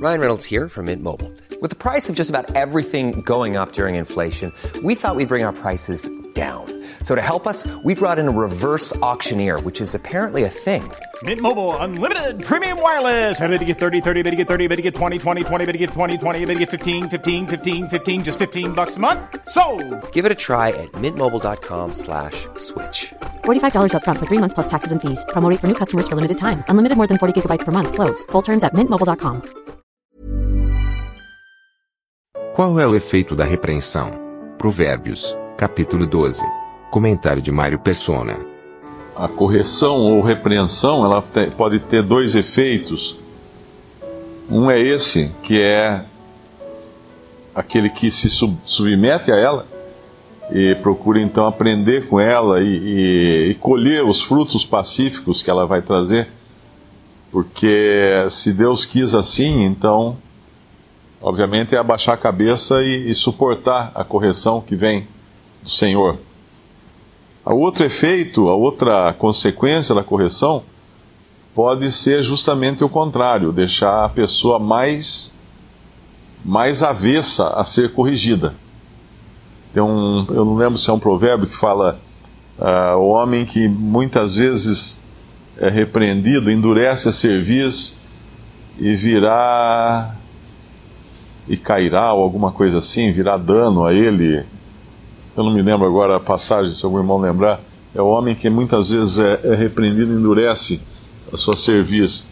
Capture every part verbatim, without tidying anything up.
Ryan Reynolds here from Mint Mobile. With the price of just about everything going up during inflation, we thought we'd bring our prices down. So to help us, we brought in a reverse auctioneer, which is apparently a thing. Mint Mobile Unlimited Premium Wireless. How to get thirty, thirty, how to get thirty, how to get twenty, twenty, twenty, how to get twenty, twenty, how to get fifteen, fifteen, fifteen, fifteen, just fifteen bucks a month? Sold! Give it a try at mintmobile.com slash switch. forty-five dollars up front for three months plus taxes and fees. Promo rate for new customers for limited time. Unlimited more than forty gigabytes per month. Slows full terms at mint mobile dot com. Qual é o efeito da repreensão? Provérbios, capítulo doze. Comentário de Mário Persona. A correção ou repreensão, ela te, pode ter dois efeitos. Um é esse, que é aquele que se sub, submete a ela e procura então aprender com ela e, e, e colher os frutos pacíficos que ela vai trazer, porque se Deus quis assim, então obviamente é abaixar a cabeça e, e suportar a correção que vem do Senhor. O outro efeito, a outra consequência da correção pode ser justamente o contrário, deixar a pessoa mais, mais avessa a ser corrigida. Tem um, eu não lembro se é um provérbio que fala, uh, o homem que muitas vezes é repreendido, endurece a cerviz e virá, e cairá, ou alguma coisa assim, virá dano a ele. Eu não me lembro agora a passagem, se algum irmão lembrar. É o homem que muitas vezes é, é repreendido e endurece a sua cerviz.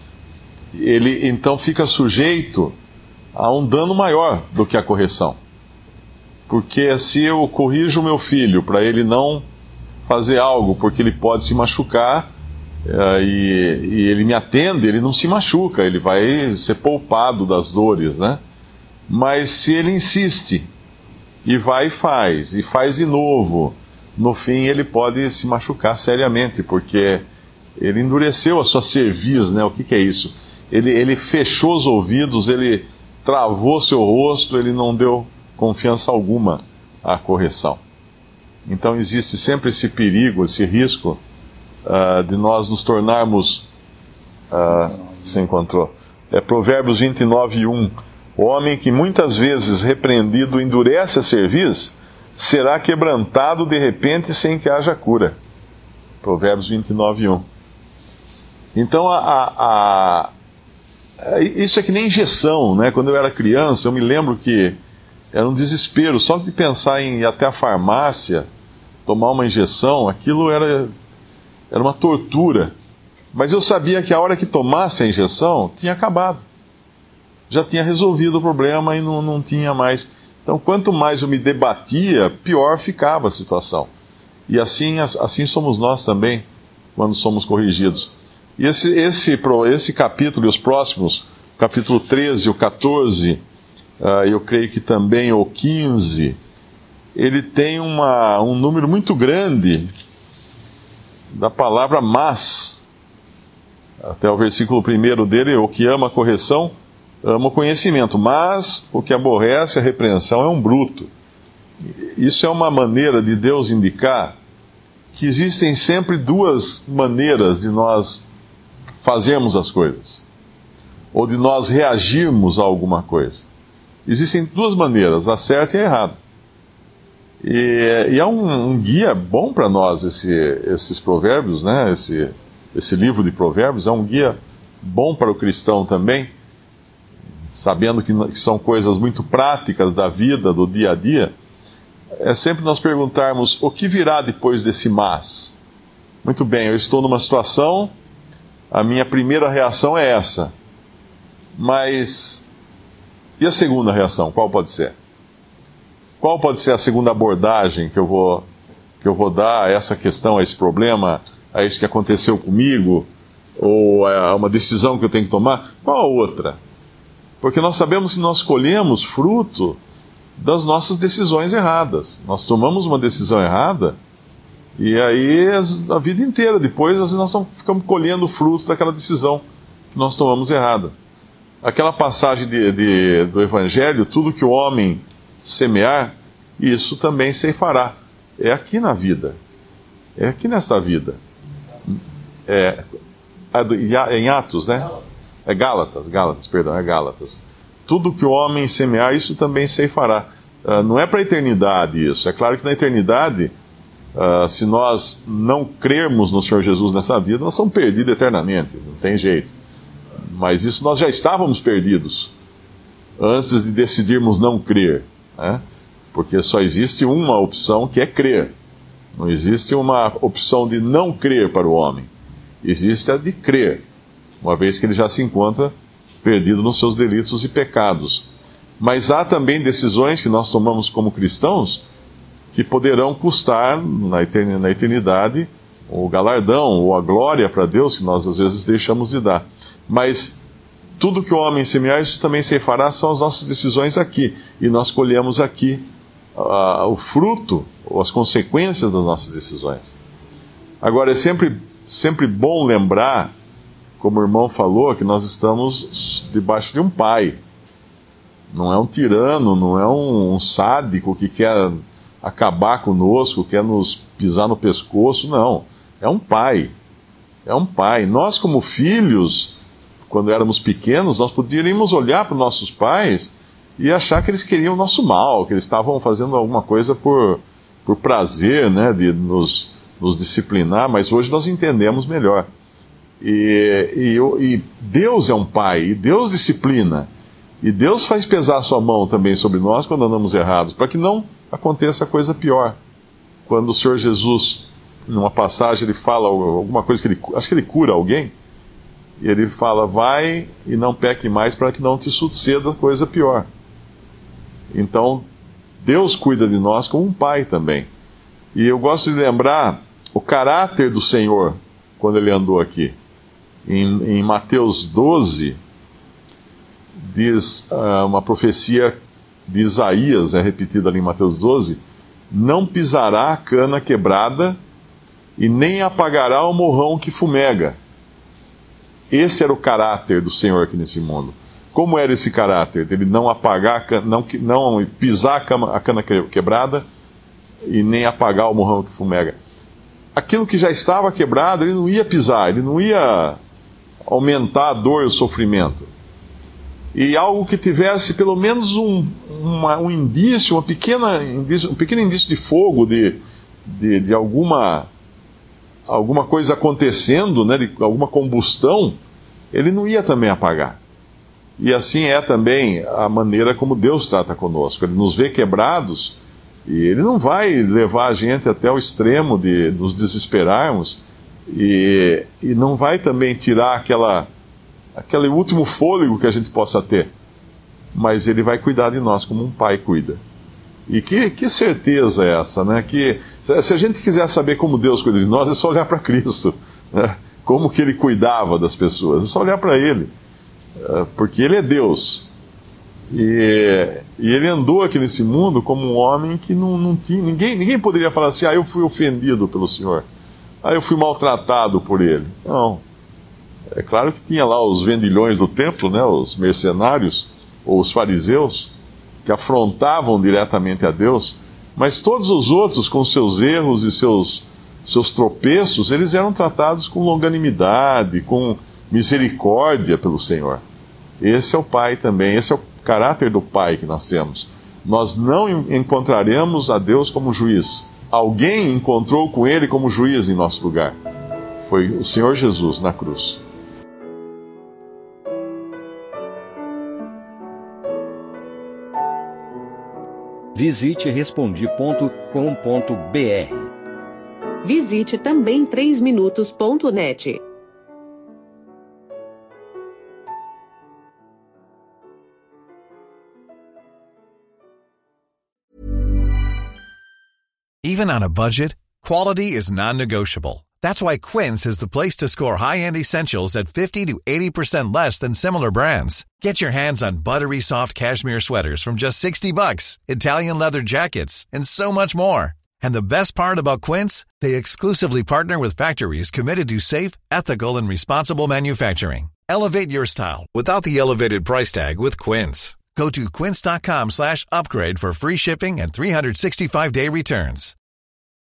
Ele então fica sujeito a um dano maior do que a correção. Porque se eu corrijo o meu filho para ele não fazer algo, porque ele pode se machucar, é, e, e ele me atende, ele não se machuca, ele vai ser poupado das dores, né? Mas se ele insiste, e vai e faz, e faz de novo, no fim ele pode se machucar seriamente, porque ele endureceu a sua cerviz, né? O que, que é isso? Ele, ele fechou os ouvidos, ele travou seu rosto, ele não deu confiança alguma à correção. Então existe sempre esse perigo, esse risco uh, de nós nos tornarmos... Uh, se encontrou. É Provérbios vinte e nove, um. O homem que muitas vezes repreendido endurece a cerviz, será quebrantado de repente sem que haja cura. Provérbios vinte e nove, um. Então, a, a, a, isso é que nem injeção, né? Quando eu era criança, eu me lembro que era um desespero, só de pensar em ir até a farmácia, tomar uma injeção, aquilo era, era uma tortura. Mas eu sabia que a hora que tomasse a injeção, tinha acabado. Já tinha resolvido o problema e não, não tinha mais. Então, quanto mais eu me debatia, pior ficava a situação. E assim, assim somos nós também, quando somos corrigidos. E esse, esse, esse capítulo e os próximos, capítulo treze e o catorze, uh, eu creio que também o quinze, ele tem uma, um número muito grande da palavra mas. Até o versículo primeiro dele, o que ama a correção, ama o conhecimento, mas o que aborrece a repreensão é um bruto. Isso é uma maneira de Deus indicar que existem sempre duas maneiras de nós fazermos as coisas, ou de nós reagirmos a alguma coisa. Existem duas maneiras, a certa e a errada. E, e é um, um guia bom para nós, esse, esses provérbios, né? esse, esse livro de provérbios, é um guia bom para o cristão também, sabendo que, que são coisas muito práticas da vida, do dia a dia. É sempre nós perguntarmos, o que virá depois desse mas? Muito bem, eu estou numa situação, a minha primeira reação é essa. Mas, e a segunda reação, qual pode ser? Qual pode ser a segunda abordagem que eu vou, que eu vou dar a essa questão, a esse problema, a isso que aconteceu comigo, ou a uma decisão que eu tenho que tomar? Qual a outra? Porque nós sabemos que nós colhemos fruto das nossas decisões erradas. Nós tomamos uma decisão errada, e aí a vida inteira, depois nós ficamos colhendo frutos daquela decisão que nós tomamos errada. Aquela passagem de, de, do Evangelho, tudo que o homem semear, isso também ceifará. É aqui na vida. É aqui nessa vida. É, em Atos, né? É Gálatas, Gálatas, perdão, é Gálatas. Tudo que o homem semear, isso também ceifará. Uh, não é para a eternidade isso. É claro que na eternidade, uh, se nós não crermos no Senhor Jesus nessa vida, nós somos perdidos eternamente, não tem jeito. Mas isso nós já estávamos perdidos antes de decidirmos não crer, né? Porque só existe uma opção, que é crer. Não existe uma opção de não crer para o homem. Existe a de crer, uma vez que ele já se encontra perdido nos seus delitos e pecados. Mas há também decisões que nós tomamos como cristãos que poderão custar na eternidade o galardão ou a glória para Deus, que nós às vezes deixamos de dar. Mas tudo que o homem semear, isso também ceifará, são as nossas decisões aqui. E nós colhemos aqui uh, o fruto ou as consequências das nossas decisões. Agora, é sempre, sempre bom lembrar, como o irmão falou, que nós estamos debaixo de um pai. Não é um tirano, não é um, um sádico que quer acabar conosco, quer nos pisar no pescoço, não. É um pai. É um pai. Nós, como filhos, quando éramos pequenos, nós poderíamos olhar para os nossos pais e achar que eles queriam o nosso mal, que eles estavam fazendo alguma coisa por, por prazer, né, de nos, nos disciplinar, mas hoje nós entendemos melhor. E, e, e Deus é um pai, e Deus disciplina. E Deus faz pesar a sua mão também sobre nós quando andamos errados, para que não aconteça coisa pior. Quando o Senhor Jesus, numa passagem, ele fala alguma coisa que ele, acho que ele cura alguém, e ele fala, vai e não peque mais para que não te suceda coisa pior. Então, Deus cuida de nós como um pai também. E eu gosto de lembrar o caráter do Senhor quando ele andou aqui. Em, em Mateus doze, diz uh, uma profecia de Isaías, é repetida ali em Mateus doze, não pisará a cana quebrada e nem apagará o morrão que fumega. Esse era o caráter do Senhor aqui nesse mundo. Como era esse caráter? Ele não apagar, a cana, não, não pisar a cana, a cana quebrada e nem apagar o morrão que fumega. Aquilo que já estava quebrado, ele não ia pisar, ele não ia aumentar a dor e o sofrimento. E algo que tivesse pelo menos um, uma, um indício, uma pequena indício, um pequeno indício de fogo, de, de, de alguma, alguma coisa acontecendo, né, de alguma combustão, ele não ia também apagar. E assim é também a maneira como Deus trata conosco. Ele nos vê quebrados e Ele não vai levar a gente até o extremo de nos desesperarmos e, e não vai também tirar aquela... aquele último fôlego que a gente possa ter, mas Ele vai cuidar de nós como um pai cuida. E que, que certeza é essa, né? Que se a gente quiser saber como Deus cuida de nós, é só olhar para Cristo, né? Como que Ele cuidava das pessoas, é só olhar para Ele, porque Ele é Deus, e, e Ele andou aqui nesse mundo como um homem que não, não tinha, ninguém, ninguém poderia falar assim, ah, eu fui ofendido pelo Senhor, ah, eu fui maltratado por Ele. Não. É claro que tinha lá os vendilhões do templo, né, os mercenários, ou os fariseus, que afrontavam diretamente a Deus, mas todos os outros, com seus erros e seus, seus tropeços, eles eram tratados com longanimidade, com misericórdia pelo Senhor. Esse é o Pai também, esse é o caráter do Pai que nós temos. Nós não encontraremos a Deus como juiz. Alguém encontrou com Ele como juiz em nosso lugar. Foi o Senhor Jesus na cruz. Visite respondi ponto com ponto br. Visite também três minutos ponto net. Even on a budget, quality is non-negotiable. That's why Quince is the place to score high-end essentials at fifty to eighty percent less than similar brands. Get your hands on buttery soft cashmere sweaters from just sixty bucks, Italian leather jackets, and so much more. And the best part about Quince, they exclusively partner with factories committed to safe, ethical, and responsible manufacturing. Elevate your style without the elevated price tag with Quince. Go to quince dot com slash upgrade for free shipping and three sixty-five day returns.